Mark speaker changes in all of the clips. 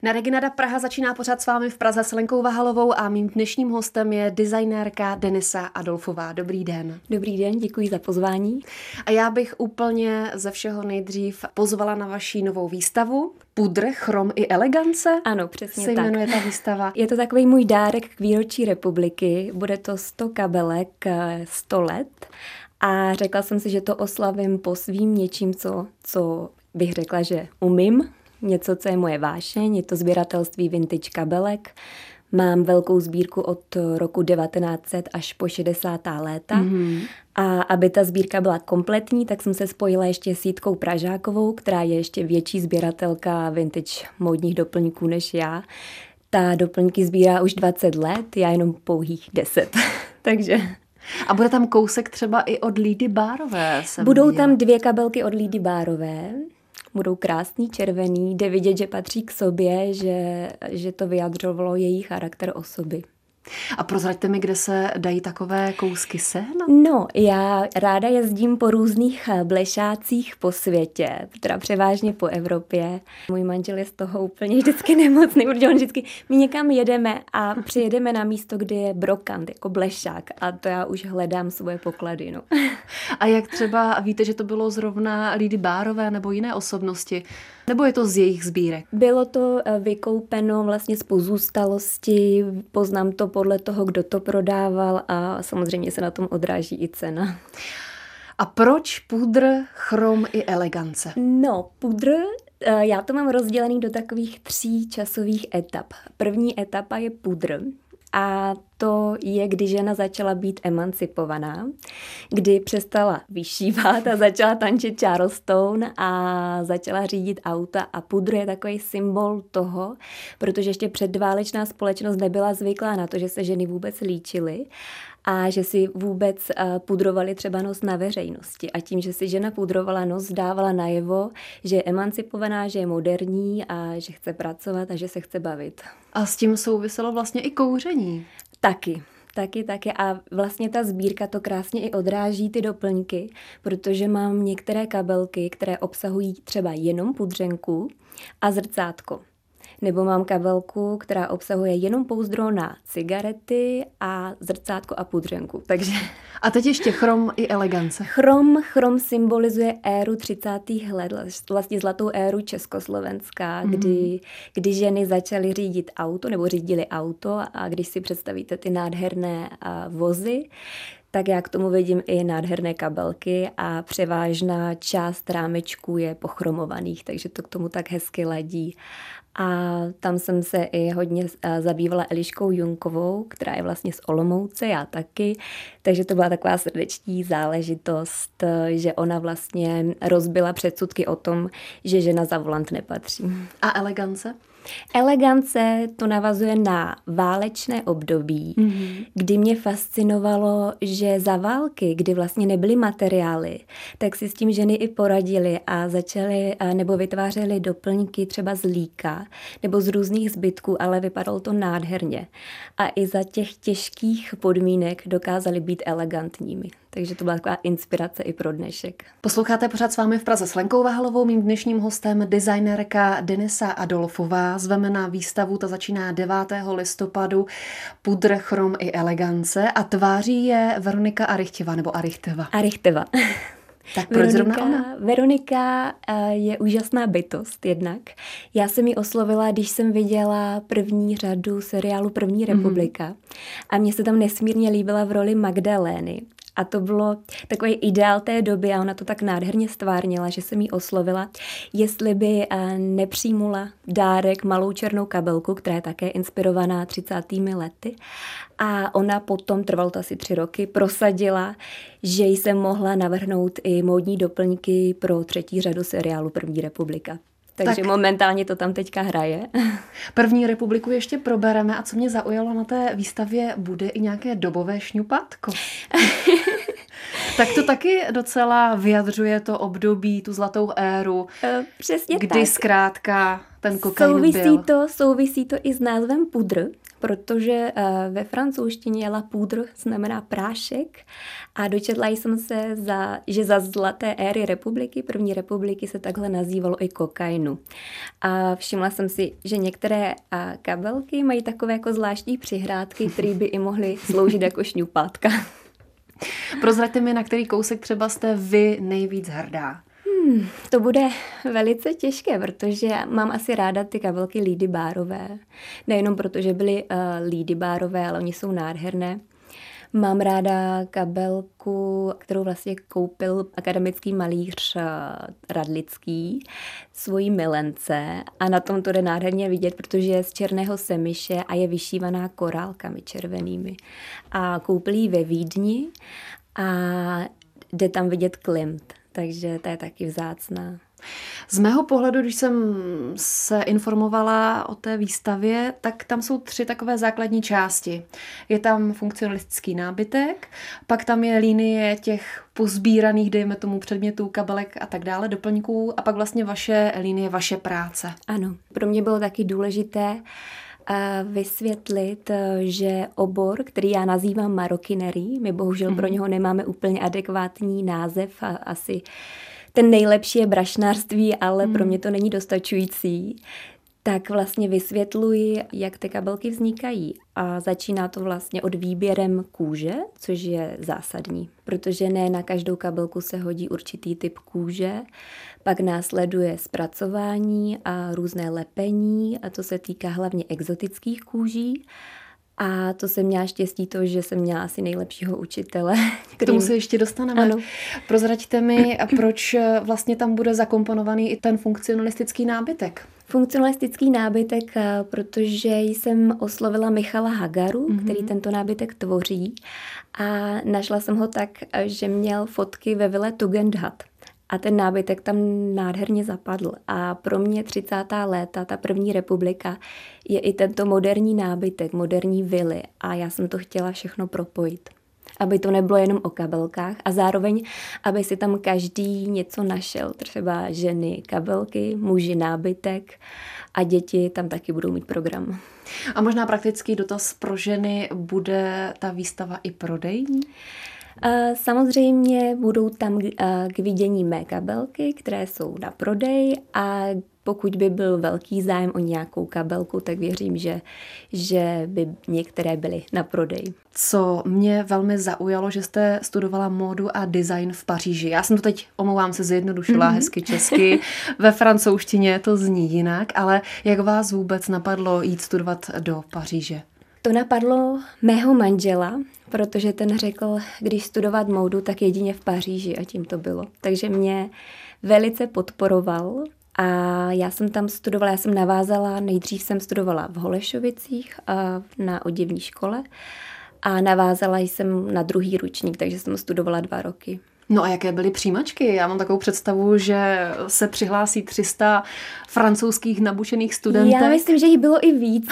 Speaker 1: Na Reginada Praha začíná pořád s vámi v Praze s Lenkou Vahalovou a mým dnešním hostem je designérka Denisa Adolfová. Dobrý den.
Speaker 2: Dobrý den, děkuji za pozvání.
Speaker 1: A já bych úplně ze všeho nejdřív pozvala na vaši novou výstavu Pudr, chrom i elegance.
Speaker 2: Ano, přesně
Speaker 1: se
Speaker 2: tak.
Speaker 1: jmenuje ta výstava.
Speaker 2: Je to takový můj dárek k výročí republiky. Bude to 100 kabelek, 100 let. A řekla jsem si, že to oslavím po svým něčím, co bych řekla, že umím. Něco, co je moje vášeň, je to sběratelství vintage kabelek. Mám velkou sbírku od roku 1900 až po 60. léta. A aby ta sbírka byla kompletní, tak jsem se spojila ještě s Jitkou Pražákovou, která je ještě větší sběratelka vintage módních doplňků než já. Ta doplňky sbírá už 20 let, já jenom pouhých 10. Takže...
Speaker 1: A bude tam kousek třeba i od Lídy Bárové?
Speaker 2: Budou tam 2 kabelky od Lídy Bárové. Budou krásný, červený, jde vidět, že patří k sobě, že to vyjadřovalo její charakter osoby.
Speaker 1: A prozraďte mi, kde se dají takové kousky sehnat?
Speaker 2: No, já ráda jezdím po různých blešácích po světě, teda převážně po Evropě. Můj manžel je z toho úplně vždycky nemocný, protože on vždycky, my někam jedeme a přijedeme na místo, kde je brokant, jako blešák, a to já už hledám svoje poklady. No.
Speaker 1: A jak třeba víte, že to bylo zrovna Lídy Bárové nebo jiné osobnosti? Nebo je to z jejich sbírek?
Speaker 2: Bylo to vykoupeno vlastně z pozůstalosti, poznám to podle toho, kdo to prodával a samozřejmě se na tom odráží i cena.
Speaker 1: A proč pudr, chrom i elegance?
Speaker 2: No, pudr, já to mám rozdělený do takových 3 časových etap. První etapa je pudr. A to je, kdy žena začala být emancipovaná, kdy přestala vyšívat a začala tančit Charleston a začala řídit auta. A pudr je takový symbol toho, protože ještě předválečná společnost nebyla zvyklá na to, že se ženy vůbec líčily a že si vůbec pudrovali třeba nos na veřejnosti. A tím, že si žena pudrovala nos, dávala najevo, že je emancipovaná, že je moderní a že chce pracovat a že se chce bavit.
Speaker 1: A s tím souviselo vlastně i kouření.
Speaker 2: Taky. A vlastně ta sbírka to krásně i odráží ty doplňky, protože mám některé kabelky, které obsahují třeba jenom pudřenku a zrcátko. Nebo mám kabelku, která obsahuje jenom pouzdro na cigarety a zrcátko a pudřenku. Takže...
Speaker 1: A teď ještě chrom i elegance.
Speaker 2: Chrom symbolizuje éru 30. let, vlastně zlatou éru Československá, kdy ženy začaly řídit auto, nebo řídily auto, a když si představíte ty nádherné vozy, tak já k tomu vidím i nádherné kabelky a převážná část rámečků je pochromovaných, takže to k tomu tak hezky ladí. A tam jsem se i hodně zabývala Eliškou Junkovou, která je vlastně z Olomouce, já taky, takže to byla taková srdeční záležitost, že ona vlastně rozbila předsudky o tom, že žena za volant nepatří.
Speaker 1: A elegance?
Speaker 2: Elegance to navazuje na válečné období, kdy mě fascinovalo, že za války, kdy vlastně nebyly materiály, tak si s tím ženy i poradily a začaly nebo vytvářely doplňky třeba z líka nebo z různých zbytků, ale vypadalo to nádherně. A i za těch těžkých podmínek dokázaly být elegantními. Takže to byla taková inspirace i pro dnešek.
Speaker 1: Posloucháte pořád s vámi v Praze s Lenkou Vahalovou, mým dnešním hostem designérka Denisa Adolfová. Zveme na výstavu, ta začíná 9. listopadu, Pudr, chrom i elegance a tváří je Veronika Arichtěva nebo Arichteva.
Speaker 2: Arichteva.
Speaker 1: Tak proč zrovna ona?
Speaker 2: Veronika je úžasná bytost jednak. Já jsem ji oslovila, když jsem viděla první řadu seriálu První republika a mně se tam nesmírně líbila v roli Magdalény. A to bylo takový ideál té doby a ona to tak nádherně stvárnila, že jsem jí oslovila, jestli by nepřijmula dárek malou černou kabelku, která je také inspirovaná 30. lety. A ona potom, trvalo to asi 3 roky, prosadila, že jsem mohla navrhnout i módní doplňky pro 3. řadu seriálu První republika. Takže momentálně to tam teďka hraje.
Speaker 1: První republiku ještě probereme a co mě zaujalo na té výstavě, bude i nějaké dobové šňupátko. Tak to taky docela vyjadřuje to období, tu zlatou éru,
Speaker 2: Přesně
Speaker 1: kdy
Speaker 2: tak.
Speaker 1: zkrátka ten kokain byl.
Speaker 2: Souvisí to i s názvem pudr, protože ve francouzštině la poudre znamená prášek a dočetla jsem se, že za zlaté éry republiky, první republiky, se takhle nazývalo i kokainu. A všimla jsem si, že některé kabelky mají takové jako zvláštní přihrádky, které by i mohly sloužit jako šňupátka.
Speaker 1: Prozraďte mi, na který kousek třeba jste vy nejvíc hrdá.
Speaker 2: To bude velice těžké, protože mám asi ráda ty kabelky Lidy Bárové. Nejenom proto, že byly Lidy Bárové, ale oni jsou nádherné. Mám ráda kabelku, kterou vlastně koupil akademický malíř Radlický svojí milence a na tom to jde nádherně vidět, protože je z černého semiše a je vyšívaná korálkami červenými. A koupil ji ve Vídni a jde tam vidět Klimt, takže ta je taky vzácná.
Speaker 1: Z mého pohledu, když jsem se informovala o té výstavě, tak tam jsou 3 takové základní části. Je tam funkcionalistický nábytek, pak tam je linie těch pozbíraných, dejme tomu, předmětů, kabelek a tak dále, doplňků a pak vlastně vaše linie, vaše práce.
Speaker 2: Ano, pro mě bylo taky důležité vysvětlit, že obor, který já nazývám marokinerie, my bohužel pro něho nemáme úplně adekvátní název, asi ten nejlepší je brašnářství, ale pro mě to není dostačující, tak vlastně vysvětluji, jak ty kabelky vznikají. A začíná to vlastně od výběrem kůže, což je zásadní, protože ne na každou kabelku se hodí určitý typ kůže. Pak následuje zpracování a různé lepení, a to se týká hlavně exotických kůží. A to jsem měla štěstí to, že jsem měla asi nejlepšího učitele.
Speaker 1: K tomu se ještě dostaneme.
Speaker 2: Ano.
Speaker 1: Prozraďte mi, proč vlastně tam bude zakomponovaný i ten funkcionalistický nábytek.
Speaker 2: Funkcionalistický nábytek, protože jsem oslovila Michala Hagaru, který tento nábytek tvoří a našla jsem ho tak, že měl fotky ve vile Tugendhat. A ten nábytek tam nádherně zapadl. A pro mě 30. léta, ta první republika, je i tento moderní nábytek, moderní vily. A já jsem to chtěla všechno propojit. Aby to nebylo jenom o kabelkách a zároveň, aby si tam každý něco našel. Třeba ženy kabelky, muži nábytek a děti tam taky budou mít program.
Speaker 1: A možná praktický dotaz pro ženy, bude ta výstava i prodejní?
Speaker 2: Samozřejmě budou tam k vidění mé kabelky, které jsou na prodej a pokud by byl velký zájem o nějakou kabelku, tak věřím, že by některé byly na prodej.
Speaker 1: Co mě velmi zaujalo, že jste studovala módu a design v Paříži. Já jsem to teď, omlouvám se, zjednodušila hezky česky. Ve francouzštině to zní jinak, ale jak vás vůbec napadlo jít studovat do Paříže?
Speaker 2: To napadlo mého manžela, protože ten řekl, když studovat módu, tak jedině v Paříži a tím to bylo. Takže mě velice podporoval a já jsem tam studovala, já jsem navázala, nejdřív jsem studovala v Holešovicích na oděvní škole a navázala jsem na druhý ročník, takže jsem studovala 2 roky.
Speaker 1: No a jaké byly přijímačky? Já mám takovou představu, že se přihlásí 300 francouzských nabušených studentek.
Speaker 2: Já myslím, že jich bylo i víc.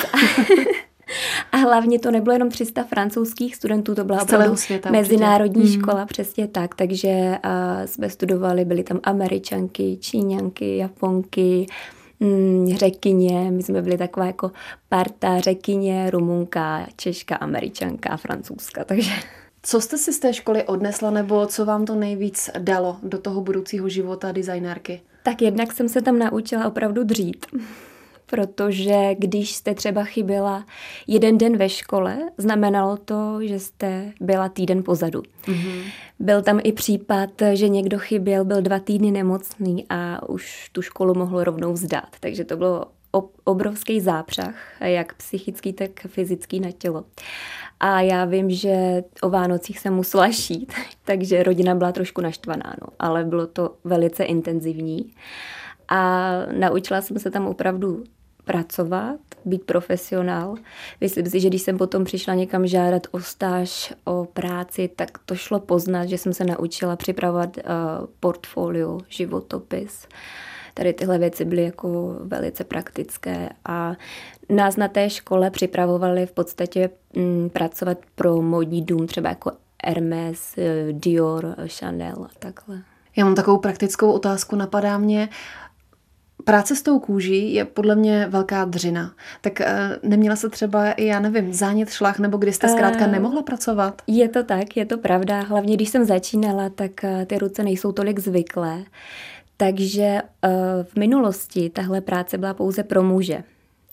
Speaker 2: A hlavně to nebylo jenom 300 francouzských studentů, to byla opravdu mezinárodní škola, přesně tak. Takže jsme studovali, byly tam Američanky, Číňanky, Japonky, Řekyně. My jsme byli taková jako parta Řekyně, Rumunka, Češka, Američanka a Francouzska. Takže...
Speaker 1: Co jste si z té školy odnesla, nebo co vám to nejvíc dalo do toho budoucího života designérky?
Speaker 2: Tak jednak jsem se tam naučila opravdu dřít. Protože když jste třeba chyběla 1 den ve škole, znamenalo to, že jste byla týden pozadu. Byl tam i případ, že někdo chyběl, byl 2 týdny nemocný a už tu školu mohl rovnou vzdát. Takže to bylo obrovský zápřah, jak psychický, tak fyzický na tělo. A já vím, že o Vánocích jsem musela šít, takže rodina byla trošku naštvaná, ale bylo to velice intenzivní. A naučila jsem se tam opravdu pracovat, být profesionál. Myslím si, že když jsem potom přišla někam žádat o stáž, o práci, tak to šlo poznat, že jsem se naučila připravovat portfolio, životopis. Tady tyhle věci byly jako velice praktické a nás na té škole připravovali v podstatě pracovat pro módní dům, třeba jako Hermes, Dior, Chanel a takhle.
Speaker 1: Já mám takovou praktickou otázku, napadá mě. Práce s tou kůží je podle mě velká dřina. Tak neměla se třeba i, já nevím, zánět, šlach, nebo kdy jste zkrátka nemohla pracovat?
Speaker 2: Je to tak, je to pravda. Hlavně když jsem začínala, tak ty ruce nejsou tolik zvyklé. Takže v minulosti tahle práce byla pouze pro muže.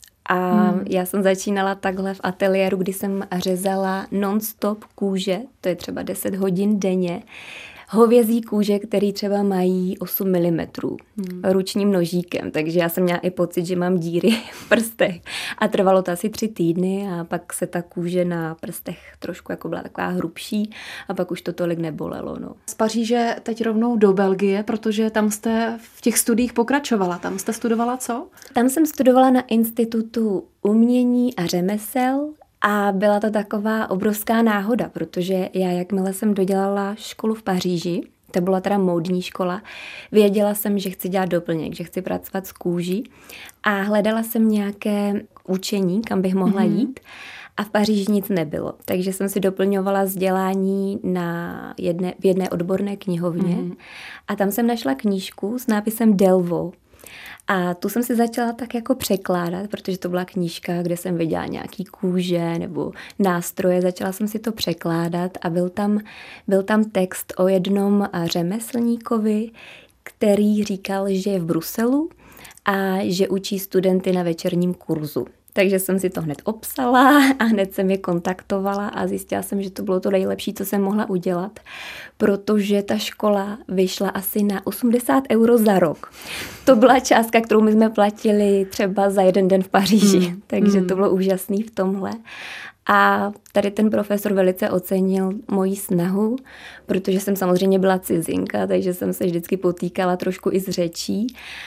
Speaker 2: A já jsem začínala takhle v ateliéru, kdy jsem řezala non-stop kůže, to je třeba 10 hodin denně, hovězí kůže, který třeba mají 8 mm ručním nožíkem, takže já jsem měla i pocit, že mám díry v prstech. A trvalo to asi 3 týdny a pak se ta kůže na prstech trošku jako byla taková hrubší a pak už to tolik nebolelo. No.
Speaker 1: Z Paříže teď rovnou do Belgie, protože tam jste v těch studiích pokračovala. Tam jste studovala co?
Speaker 2: Tam jsem studovala na Institutu umění a řemesel. A byla to taková obrovská náhoda, protože já, jakmile jsem dodělala školu v Paříži, to byla teda módní škola, věděla jsem, že chci dělat doplněk, že chci pracovat s kůží a hledala jsem nějaké učení, kam bych mohla jít a v Paříži nic nebylo. Takže jsem si doplňovala vzdělání v jedné odborné knihovně a tam jsem našla knížku s nápisem Delvaux. A tu jsem si začala tak jako překládat, protože to byla knížka, kde jsem viděla nějaký kůže nebo nástroje. Začala jsem si to překládat a byl tam text o jednom řemeslníkovi, který říkal, že je v Bruselu a že učí studenty na večerním kurzu. Takže jsem si to hned obsala a hned jsem je kontaktovala a zjistila jsem, že to bylo to nejlepší, co jsem mohla udělat, protože ta škola vyšla asi na 80 € za rok. To byla částka, kterou my jsme platili třeba za jeden den v Paříži, takže to bylo úžasný v tomhle. A tady ten profesor velice ocenil moji snahu, protože jsem samozřejmě byla cizinka, takže jsem se vždycky potýkala trošku i s řečí.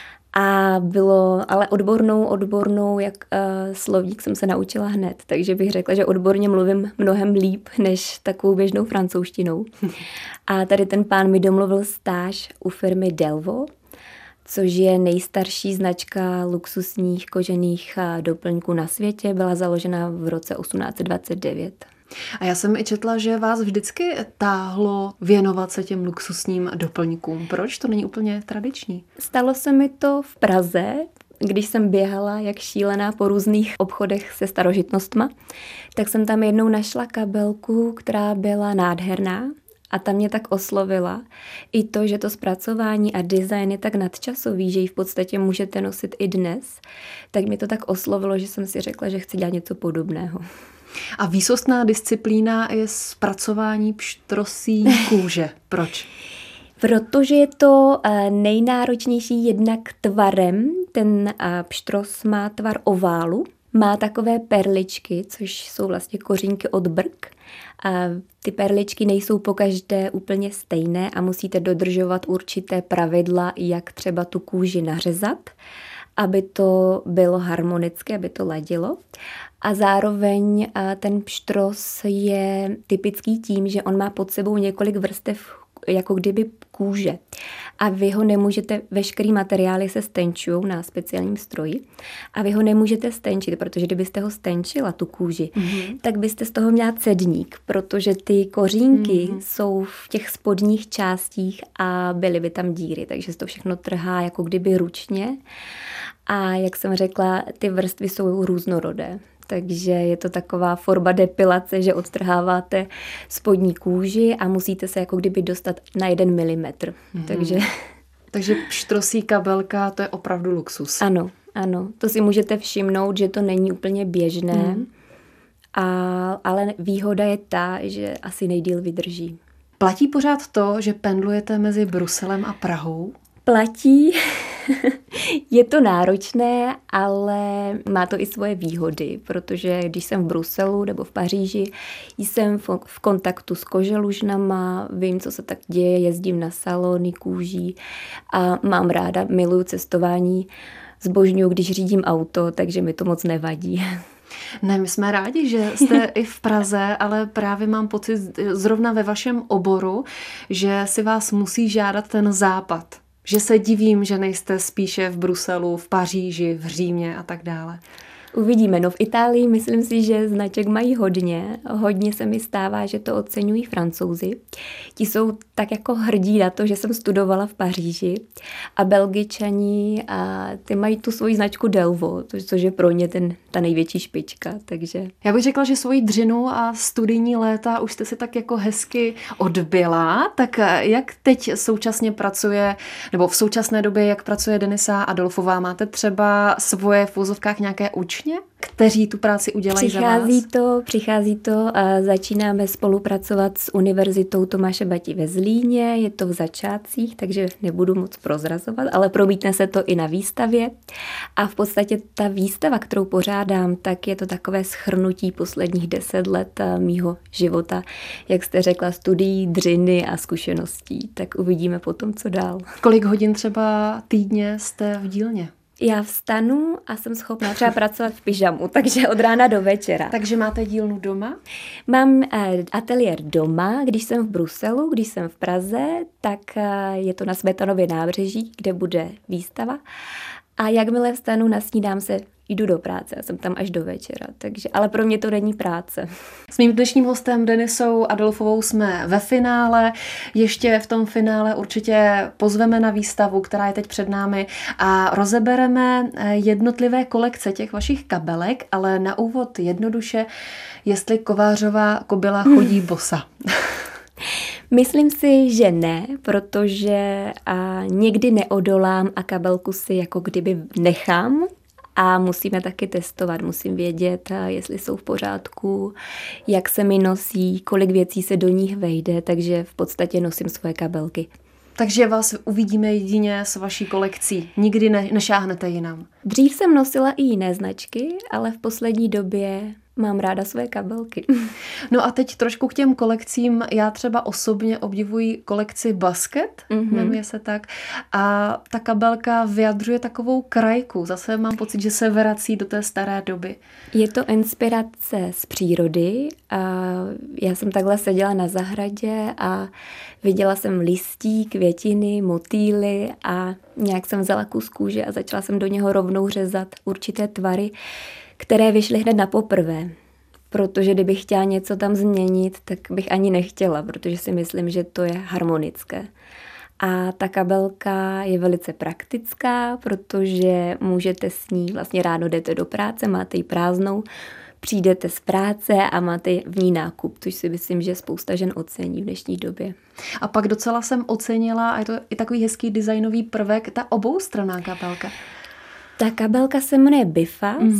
Speaker 2: A bylo, ale odbornou, jak slovník jsem se naučila hned, takže bych řekla, že odborně mluvím mnohem líp než takovou běžnou francouzštinou. A tady ten pán mi domluvil stáž u firmy Delvaux, což je nejstarší značka luxusních kožených doplňků na světě, byla založena v roce 1829.
Speaker 1: A já jsem i četla, že vás vždycky táhlo věnovat se těm luxusním doplňkům. Proč? To není úplně tradiční.
Speaker 2: Stalo se mi to v Praze, když jsem běhala jak šílená po různých obchodech se starožitnostma, tak jsem tam jednou našla kabelku, která byla nádherná a ta mě tak oslovila. I to, že to zpracování a design je tak nadčasový, že ji v podstatě můžete nosit i dnes, tak mě to tak oslovilo, že jsem si řekla, že chci dělat něco podobného.
Speaker 1: A výsostná disciplína je zpracování pštrosí kůže. Proč?
Speaker 2: Protože je to nejnáročnější jednak tvarem. Ten pštros má tvar oválu, má takové perličky, což jsou vlastně kořínky od brk. A ty perličky nejsou pokaždé úplně stejné a musíte dodržovat určité pravidla, jak třeba tu kůži nařezat, aby to bylo harmonické, aby to ladilo. A zároveň ten pštros je typický tím, že on má pod sebou několik vrstev jako kdyby kůže. A vy ho nemůžete, veškerý materiály se stenčují na speciálním stroji a vy ho nemůžete stenčit, protože kdybyste ho stenčila, tu kůži, tak byste z toho měla cedník, protože ty kořínky jsou v těch spodních částích a byly by tam díry, takže se to všechno trhá jako kdyby ručně. A jak jsem řekla, ty vrstvy jsou různorodé. Takže je to taková forma depilace, že odtrháváte spodní kůži a musíte se jako kdyby dostat na 1 milimetr. Takže
Speaker 1: pštrosí kabelka, to je opravdu luxus.
Speaker 2: Ano. To si můžete všimnout, že to není úplně běžné, ale výhoda je ta, že asi nejdýl vydrží.
Speaker 1: Platí pořád to, že pendlujete mezi Bruselem a Prahou?
Speaker 2: Platí. Je to náročné, ale má to i svoje výhody, protože když jsem v Bruselu nebo v Paříži, jsem v kontaktu s koželužnama, vím, co se tak děje, jezdím na salony kůží a mám ráda, miluju cestování, zbožňuju, když řídím auto, takže mi to moc nevadí.
Speaker 1: Ne, my jsme rádi, že jste i v Praze, ale právě mám pocit zrovna ve vašem oboru, že si vás musí žádat ten západ. Že se divím, že nejste spíše v Bruselu, v Paříži, v Římě a tak dále.
Speaker 2: Uvidíme. No v Itálii myslím si, že značek mají hodně. Hodně se mi stává, že to oceňují Francouzi. Ti jsou tak jako hrdí na to, že jsem studovala v Paříži. A Belgičani, a ty mají tu svoji značku Delvaux, což je pro ně ta největší špička. Takže...
Speaker 1: Já bych řekla, že svoji dřinu a studijní léta už jste si tak jako hezky odbyla. Tak jak teď současně pracuje, nebo v současné době, jak pracuje Denisa Adolfová? Máte třeba svoje v úzovkách nějaké učně, kteří tu práci udělají za vás?
Speaker 2: Přichází to a začínáme spolupracovat s Univerzitou Tomáše Bati ve Zlíně, je to v začátcích, takže nebudu moc prozrazovat, ale promítne se to i na výstavě. A v podstatě ta výstava, kterou pořádám, tak je to takové shrnutí posledních 10 let mýho života, jak jste řekla, studií, dřiny a zkušeností. Tak uvidíme potom, co dál.
Speaker 1: Kolik hodin třeba týdně jste v dílně?
Speaker 2: Já vstanu a jsem schopná třeba pracovat v pyžamu, takže od rána do večera.
Speaker 1: Takže máte dílnu doma?
Speaker 2: Mám ateliér doma, když jsem v Bruselu, když jsem v Praze, tak je to na Smetanově nábřeží, kde bude výstava. A jakmile vstanu, nasnídám se, jdu do práce a jsem tam až do večera, ale pro mě to není práce.
Speaker 1: S mým dnešním hostem Denisou Adolfovou jsme ve finále. Ještě v tom finále určitě pozveme na výstavu, která je teď před námi a rozebereme jednotlivé kolekce těch vašich kabelek, ale na úvod jednoduše, jestli Kovářová kobyla chodí bosa.
Speaker 2: Myslím si, že ne, protože někdy neodolám a kabelku si jako kdyby nechám. A musíme taky testovat, musím vědět, jestli jsou v pořádku, jak se mi nosí, kolik věcí se do nich vejde, takže v podstatě nosím svoje kabelky.
Speaker 1: Takže vás uvidíme jedině s vaší kolekcí, nikdy nešáhnete jinam.
Speaker 2: Dřív jsem nosila i jiné značky, ale v poslední době mám ráda své kabelky.
Speaker 1: No a teď trošku k těm kolekcím. Já třeba osobně obdivuji kolekci Basket, jmenuje se tak. A ta kabelka vyjadřuje takovou krajku. Zase mám pocit, že se vrací do té staré doby.
Speaker 2: Je to inspirace z přírody. A já jsem takhle seděla na zahradě a viděla jsem listí, květiny, motýly a nějak jsem vzala kus kůže a začala jsem do něho rovnou řezat určité tvary, které vyšly hned na poprvé. Protože kdybych chtěla něco tam změnit, tak bych ani nechtěla, protože si myslím, že to je harmonické. A ta kabelka je velice praktická, protože můžete s ní, vlastně ráno jdete do práce, máte ji prázdnou, přijdete z práce a máte v ní nákup, což si myslím, že spousta žen ocení v dnešní době.
Speaker 1: A pak docela jsem ocenila, a je to i takový hezký designový prvek, ta oboustranná kabelka.
Speaker 2: Ta kabelka se jmenuje Bifas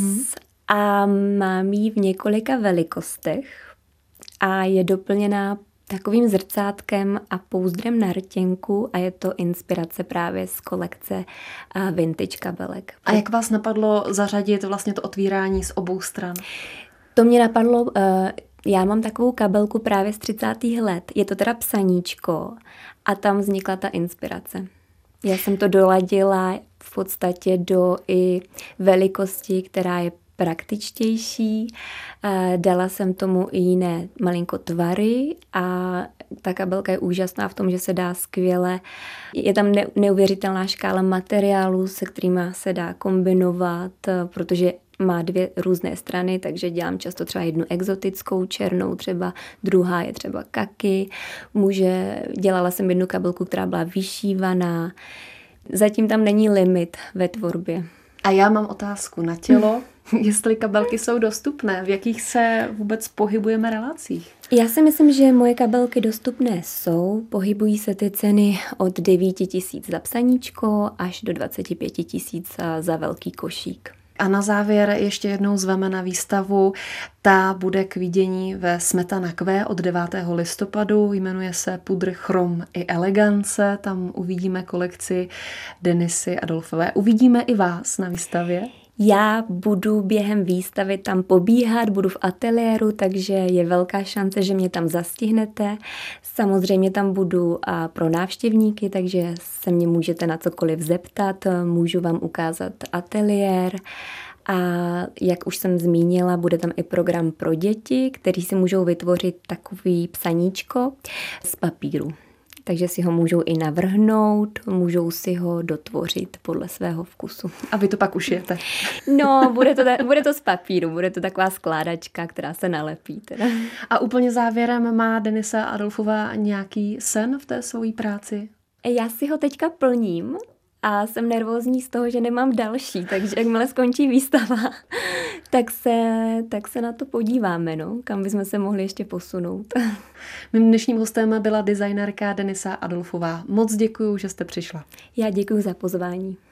Speaker 2: a mám ji v několika velikostech a je doplněná takovým zrcátkem a pouzdrem na rtěnku a je to inspirace právě z kolekce vintage kabelek.
Speaker 1: A jak vás napadlo zařadit vlastně to otvírání z obou stran?
Speaker 2: To mě napadlo, já mám takovou kabelku právě z 30. let. Je to teda psaníčko a tam vznikla ta inspirace. Já jsem to doladila v podstatě do i velikosti, která je praktičtější. Dala jsem tomu i jiné malinko tvary a ta kabelka je úžasná v tom, že se dá skvěle. Je tam neuvěřitelná škála materiálů, se kterými se dá kombinovat, protože má 2 různé strany, takže dělám často třeba jednu exotickou, černou třeba, druhá je třeba kaki. Dělala jsem jednu kabelku, která byla vyšívaná. Zatím tam není limit ve tvorbě.
Speaker 1: A já mám otázku na tělo, jestli kabelky jsou dostupné, v jakých se vůbec pohybujeme relacích?
Speaker 2: Já si myslím, že moje kabelky dostupné jsou. Pohybují se ty ceny od 9 000 za psaníčko až do 25 000 za velký košík.
Speaker 1: A na závěr ještě jednou zveme na výstavu. Ta bude k vidění ve Smetana Q od 9. listopadu. Jmenuje se Pudr, chrom i elegance. Tam uvidíme kolekci Denisy Adolfové. Uvidíme i vás na výstavě.
Speaker 2: Já budu během výstavy tam pobíhat, budu v ateliéru, takže je velká šance, že mě tam zastihnete. Samozřejmě tam budu pro návštěvníky, takže se mě můžete na cokoliv zeptat, můžu vám ukázat ateliér. A jak už jsem zmínila, bude tam i program pro děti, kteří si můžou vytvořit takový psaníčko z papíru. takže si ho můžou i navrhnout, můžou si ho dotvořit podle svého vkusu.
Speaker 1: A vy to pak ušijete?
Speaker 2: No, bude to z papíru, bude to taková skládačka, která se nalepí. Teda.
Speaker 1: A úplně závěrem, má Denisa Adolfová nějaký sen v té svojí práci?
Speaker 2: Já si ho teďka plním a jsem nervózní z toho, že nemám další, takže jakmile skončí výstava, tak se na to podíváme, no, kam bychom se mohli ještě posunout.
Speaker 1: Mým dnešním hostem byla designérka Denisa Adolfová. Moc děkuju, že jste přišla.
Speaker 2: Já děkuju za pozvání.